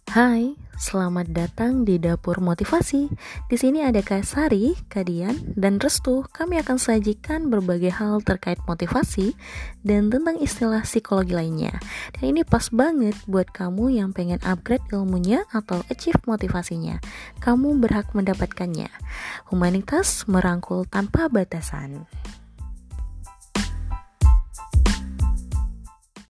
Hai, selamat datang di Dapur Motivasi. Di sini ada Kak Sari, Kak Dian, dan Restu. Kami akan sajikan berbagai hal terkait motivasi dan tentang istilah psikologi lainnya. Dan ini pas banget buat kamu yang pengen upgrade ilmunya atau achieve motivasinya. Kamu berhak mendapatkannya. Humanitas merangkul tanpa batasan.